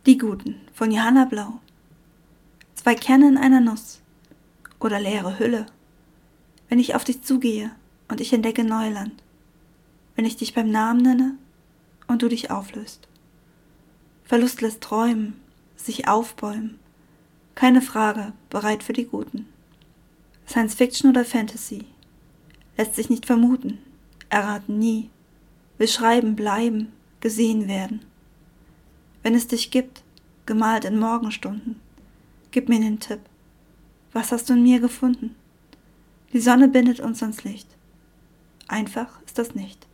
Die Guten von Johanna Blau. 2 Kerne in einer Nuss oder leere Hülle. Wenn ich auf dich zugehe und ich entdecke Neuland. Wenn ich dich beim Namen nenne und du dich auflöst. Verlust lässt träumen, sich aufbäumen. Keine Frage, bereit für die Guten. Science Fiction oder Fantasy. Lässt sich nicht vermuten, erraten nie. Will schreiben, bleiben, gesehen werden. Wenn es dich gibt, gemalt in Morgenstunden, gib mir den Tipp. Was hast du in mir gefunden? Die Sonne bindet uns ans Licht. Einfach ist das nicht.